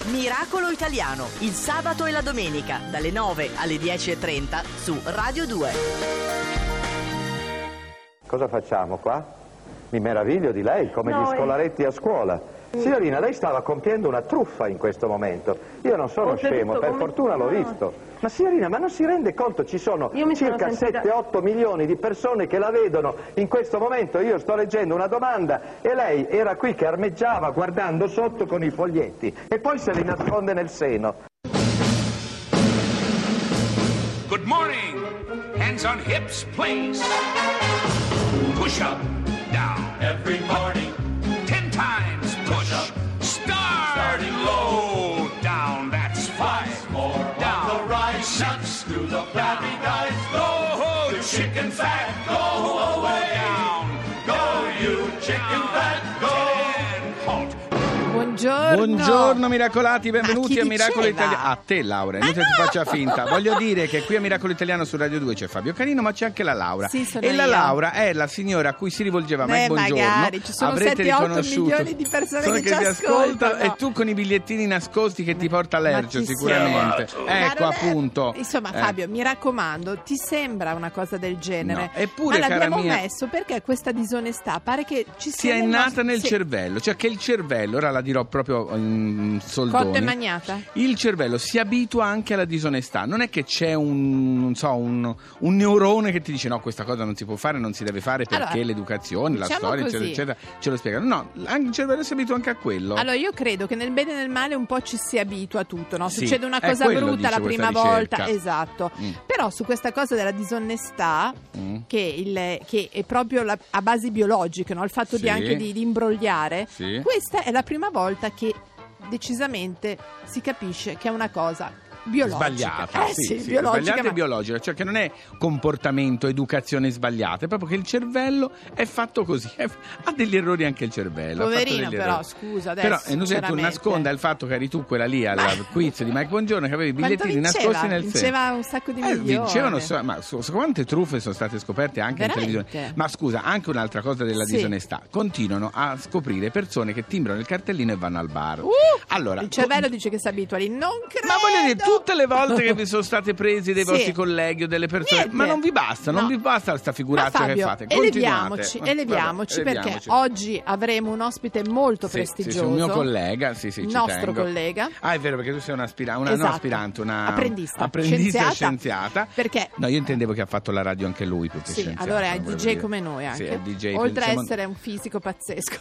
Miracolo Italiano, il sabato e la domenica, dalle 9 alle 10:30 su Radio 2. Cosa facciamo qua? Mi meraviglio di lei, come gli scolaretti a scuola. Signorina, lei stava compiendo una truffa in questo momento. Io non sono scemo, per fortuna l'ho visto. Ma signorina, ma non si rende conto? Ci sono circa 7-8 milioni di persone che la vedono in questo momento. Io sto leggendo una domanda e lei era qui che armeggiava guardando sotto con i foglietti e poi se li nasconde nel seno. Good morning. Hands on hips, please. Push up, down. Every morning. 10 times push. Starting low, down. That's 5 more. Down. On the rise, 6 to the flabby guys. Go, chicken fat, go away. Down. Go, you chicken fat, go. 10. Halt. Buongiorno miracolati, benvenuti a Miracolo Italiano. A te Laura, non ti faccia finta. Voglio dire che qui a Miracolo Italiano su Radio 2 c'è Fabio Canino, ma c'è anche la Laura. Sì, e la io. Laura è la signora a cui si rivolgeva mai buongiorno. Magari, ci sono 7-8 milioni di persone che ti ascoltano. E tu con i bigliettini nascosti che ti porta Lercio sicuramente. Ecco appunto. Insomma Fabio, mi raccomando, ti sembra una cosa del genere? No, eppure ma cara l'abbiamo mia, messo perché questa disonestà pare che ci sia innata nel cervello, cioè che il cervello, ora la dirò proprio in soldoni. Cotto e magnata. Il cervello si abitua anche alla disonestà. Non è che c'è un neurone che ti dice no, questa cosa non si può fare, non si deve fare perché allora, l'educazione, la storia, così, eccetera, ce lo spiegano. No, anche il cervello si abitua anche a quello. Allora io credo che nel bene e nel male un po' ci si abitua a tutto, no? Sì, succede una cosa brutta la prima volta, esatto. Però su questa cosa della disonestà che è proprio a basi biologiche, no? Il fatto di imbrogliare, questa è la prima volta che decisamente si capisce che è una cosa biologica. Sbagliata, biologica, sbagliata e biologica, cioè che non è comportamento, educazione sbagliata, è proprio che il cervello è fatto così, ha degli errori anche il cervello. Poverino però, scusa adesso. Però è inutile che tu nasconda il fatto che eri tu quella lì al quiz di Mike Buongiorno, che avevi i bigliettini nascosti nel seno. Vinceva un sacco di milioni. Vincevano, ma quante truffe sono state scoperte anche in televisione. Ma scusa, anche un'altra cosa della disonestà, continuano a scoprire persone che timbrano il cartellino e vanno al bar. Allora, il cervello dice che si abitua lì, non credo. Ma voglio dire, tutte le volte che vi sono state presi dei vostri colleghi o delle persone, ma non vi basta, non vi basta sta figuraccia che fate. Eleviamoci perché oggi avremo un ospite molto prestigioso. Un mio collega, nostro collega. Ah, è vero, perché tu sei una apprendista scienziata. Perché? No, io intendevo che ha fatto la radio anche lui, più che scienziato. Allora è DJ come noi anche. È DJ, oltre a essere un fisico pazzesco.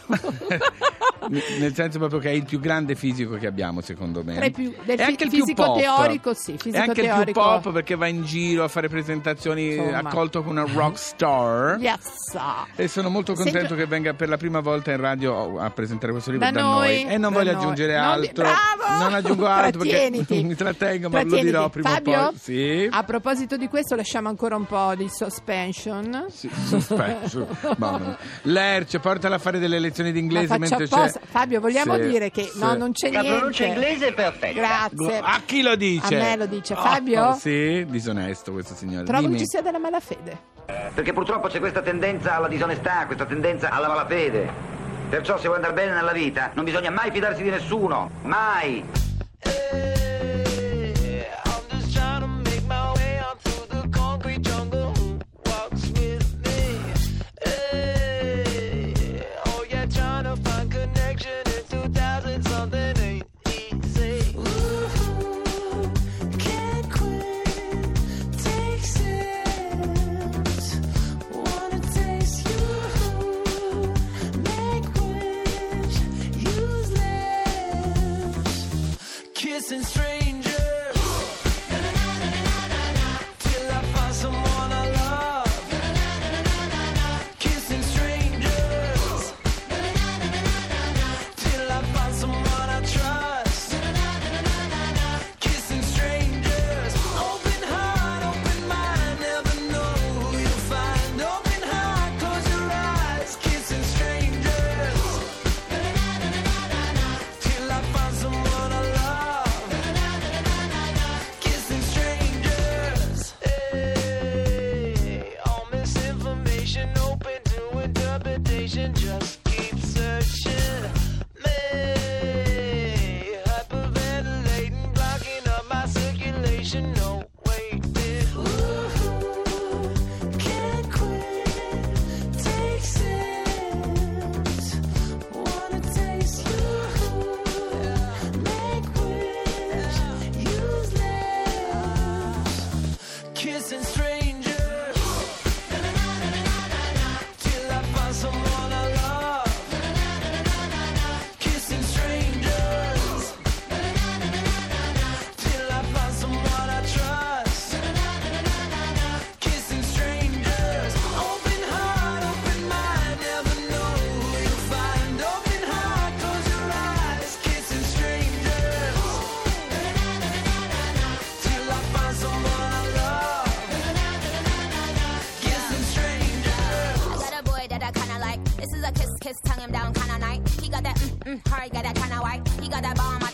Nel senso proprio che è il più grande fisico che abbiamo, secondo me. È anche il fisico più pop. Teorico, sì. Fisico è anche teorico. Il più pop perché va in giro a fare presentazioni, accolto come una rock star. Yes. E sono molto contento che venga per la prima volta in radio a presentare questo libro da noi. E non voglio aggiungere altro. Non aggiungo altro perché mi trattengo, ma lo dirò prima Fabio, o poi. Sì. A proposito di questo, lasciamo ancora un po' di suspension. Sì, suspension. Lercio, portala a fare delle lezioni di inglese mentre c'è. Fabio, vogliamo dire che non c'è niente. La pronuncia inglese è perfetta. Grazie. A chi lo dice? A me lo dice Fabio. Sì, disonesto questo signore. Trovo che ci sia della malafede. Perché purtroppo c'è questa tendenza alla disonestà, questa tendenza alla malafede. Perciò se vuoi andare bene nella vita non bisogna mai fidarsi di nessuno. Mai. Kissing strangers till I find someone I love. Kissing strangers till I find someone I trust. Kissing strangers, open heart, open mind, never know who you'll find. Open heart, close your eyes. Kissing strangers till I find someone I love.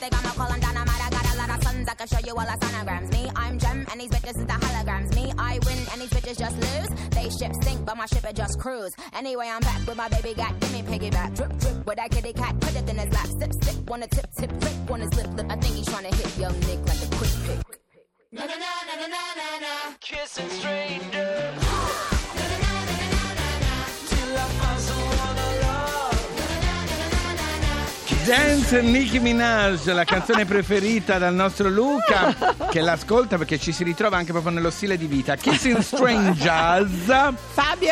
I'ma call them dynamite. I got a lot of sons, I can show you all the sonograms. Me, I'm Gem, and these bitches is the holograms. Me, I win, and these bitches just lose. They ship sink, but my ship it just cruise. Anyway, I'm back with my baby got, give me piggyback. Drip, drip, with that kitty cat, put it in his lap. Sip, sip, wanna tip, tip, flip, on his lip, lip. I think he's trying to hit young Nick like a quick pick. Na na na na na na na na, kissing strangers. Na na na na na na na, till I find someone I love. Na na na na na na. Dance Nicki Minaj, la canzone preferita dal nostro Luca, che l'ascolta perché ci si ritrova anche proprio nello stile di vita. Kissing Strangers. Fabio?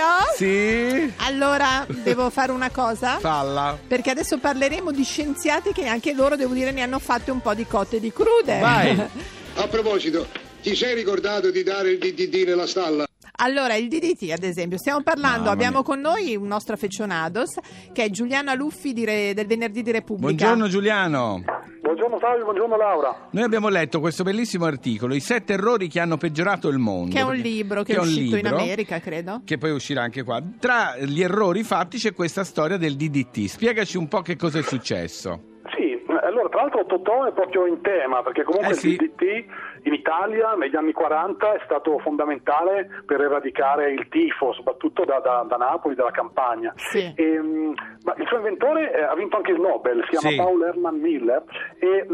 Sì. Allora, devo fare una cosa? Falla. Perché adesso parleremo di scienziati che anche loro, devo dire, ne hanno fatte un po' di cotte e di crude. Vai. A proposito, ti sei ricordato di dare il DDT nella stalla? Allora, il DDT, ad esempio, stiamo parlando, abbiamo con noi un nostro affezionados, che è Giuliano Aluffi del Venerdì di Repubblica. Buongiorno Giuliano. Buongiorno Fabio, buongiorno Laura. Noi abbiamo letto questo bellissimo articolo, I 7 errori che hanno peggiorato il mondo. Che è un libro che è uscito in America, credo. Che poi uscirà anche qua. Tra gli errori fatti c'è questa storia del DDT. Spiegaci un po' che cosa è successo. Sì, allora tra l'altro Totò è proprio in tema, perché comunque il DDT in Italia negli anni 40 è stato fondamentale per eradicare il tifo, soprattutto da Napoli, dalla Campania. Sì. Ma il suo inventore ha vinto anche il Nobel, si chiama Paul Hermann Miller e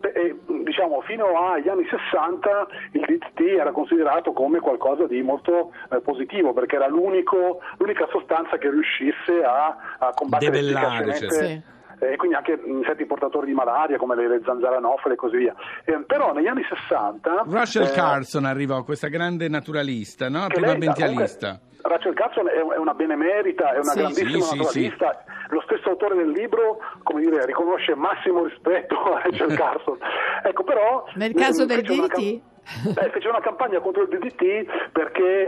diciamo fino agli anni 60 il DDT era considerato come qualcosa di molto positivo, perché era l'unica sostanza che riuscisse a combattere efficacemente e quindi anche insetti portatori di malaria come le zanzare anofile e così via. Però negli anni 60 Rachel Carson arrivò, questa grande naturalista, no? Prima ambientalista. Rachel Carson è una benemerita, è una grandissima naturalista. Lo stesso autore del libro, come dire, riconosce massimo rispetto a Rachel Carson. Ecco, però nel caso del DDT fece una campagna contro il DDT perché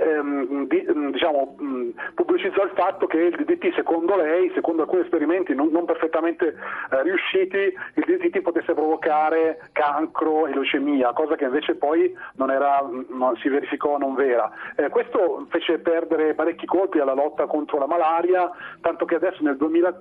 pubblicizzò il fatto che il DDT, secondo lei, secondo alcuni esperimenti non perfettamente riusciti, il DDT potesse provocare cancro e leucemia, cosa che invece poi non si verificò non vera. Questo fece perdere parecchi colpi alla lotta contro la malaria, tanto che adesso nel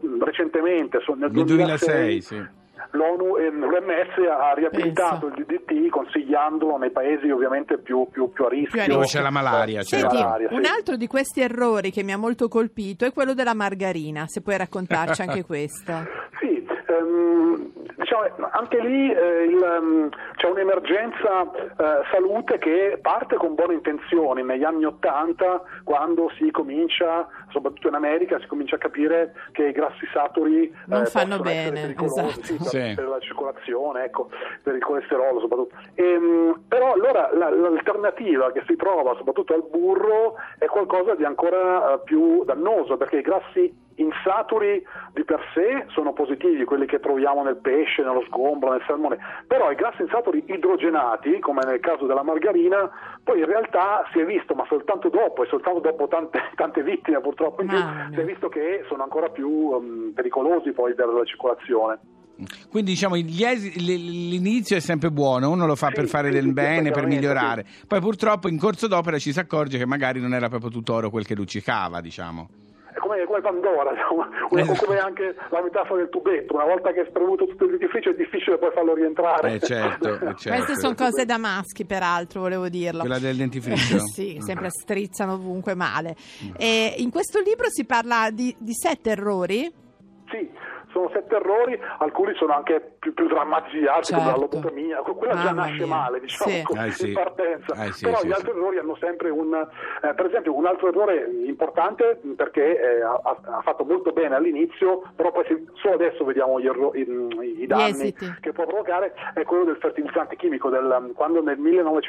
2006 sì. L'ONU e l'OMS ha riabilitato il DDT consigliandolo nei paesi ovviamente più a rischio. Dove c'è la malaria. Senti, un altro di questi errori che mi ha molto colpito è quello della margarina, se puoi raccontarci anche questo. Sì, diciamo, anche lì c'è un'emergenza salute che parte con buone intenzioni. Negli anni 80, quando si comincia, soprattutto in America, si comincia a capire che i grassi saturi non fanno bene, esatto. Per la circolazione, ecco, per il colesterolo soprattutto. Però allora l'alternativa che si trova soprattutto al burro è qualcosa di ancora più dannoso, perché i grassi insaturi di per sé sono positivi, quelli che troviamo nel pesce, nello sgombro, nel salmone, però i grassi insaturi idrogenati, come nel caso della margarina, poi in realtà si è visto, ma soltanto dopo tante vittime purtroppo in più, si è visto che sono ancora più pericolosi poi per la circolazione. Quindi diciamo l'inizio è sempre buono, uno lo fa per fare del bene, per migliorare, poi purtroppo in corso d'opera ci si accorge che magari non era proprio tutto oro quel che luccicava, diciamo. È come Pandora, come anche la metafora del tubetto, una volta che è spremuto tutto il dentifricio è difficile poi farlo rientrare. Certo. Queste sono cose da maschi, peraltro, volevo dirlo. Quella del dentifricio? Sì, sempre strizzano ovunque male. E in questo libro si parla di 7 errori? Sì. Sono 7 errori, alcuni sono anche più drammatici di altri, come la lobotomia, quella già nasce male, diciamo, in partenza. Però gli altri errori hanno sempre per esempio un altro errore importante, perché ha fatto molto bene all'inizio, però poi solo adesso vediamo i danni che può provocare, è quello del fertilizzante chimico, quando nel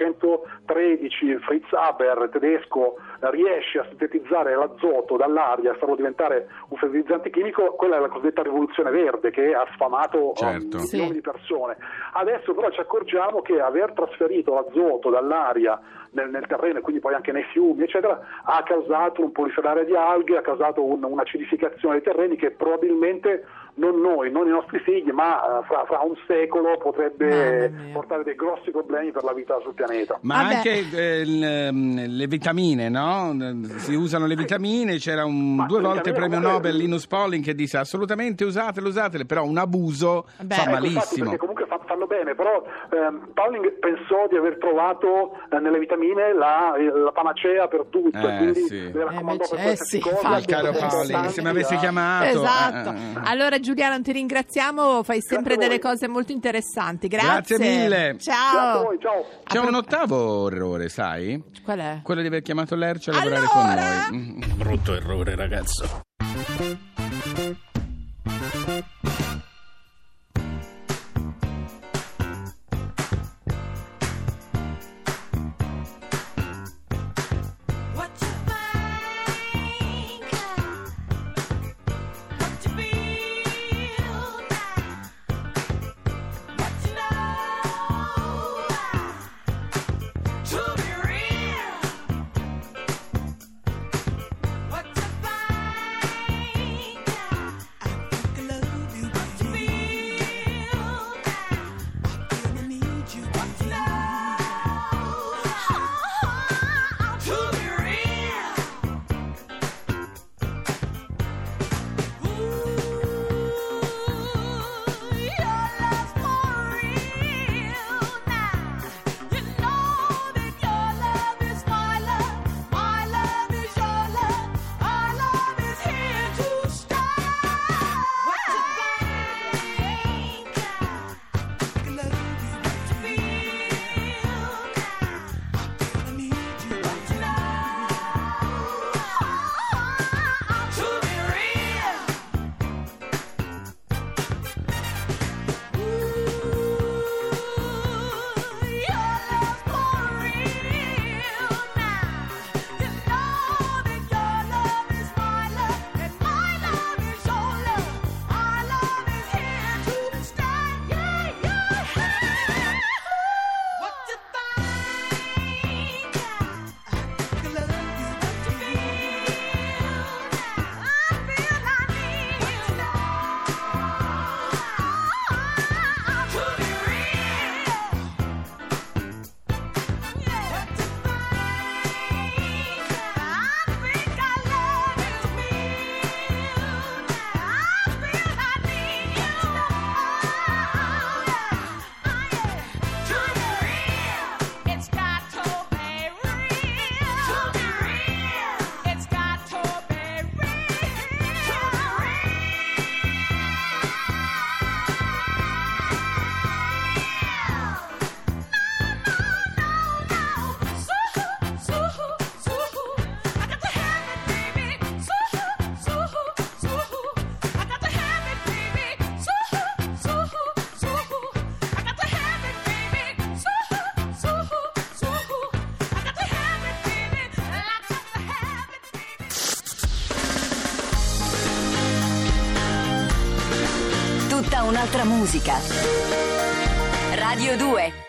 1913 Fritz Haber, tedesco, riesce a sintetizzare l'azoto dall'aria e farlo diventare un fertilizzante chimico. Quella è la cosiddetta rivoluzione verde che ha sfamato milioni di persone. Adesso però ci accorgiamo che aver trasferito l'azoto dall'aria nel terreno e quindi poi anche nei fiumi eccetera ha causato un proliferare di alghe, ha causato un'acidificazione dei terreni che probabilmente non noi, non i nostri figli, ma fra un secolo potrebbe portare dei grossi problemi per la vita sul pianeta. Ma anche le vitamine, no? Si usano le vitamine, c'era 2 volte premio Nobel Linus Pauling che disse assolutamente usatele, però un abuso fa malissimo. Perché comunque fanno bene, però Pauling pensò di aver trovato nelle vitamine la panacea per tutto, quindi le raccomandò per queste cose. Caro Pauling, se mi avessi chiamato. Esatto. Allora Giuliano, ti ringraziamo, fai sempre delle cose molto interessanti. Grazie mille. Ciao. Grazie a voi, ciao. C'è un ottavo errore, sai? Qual è? Quello di aver chiamato Lercio a lavorare con noi. Brutto errore, ragazzo. Un'altra musica. Radio 2.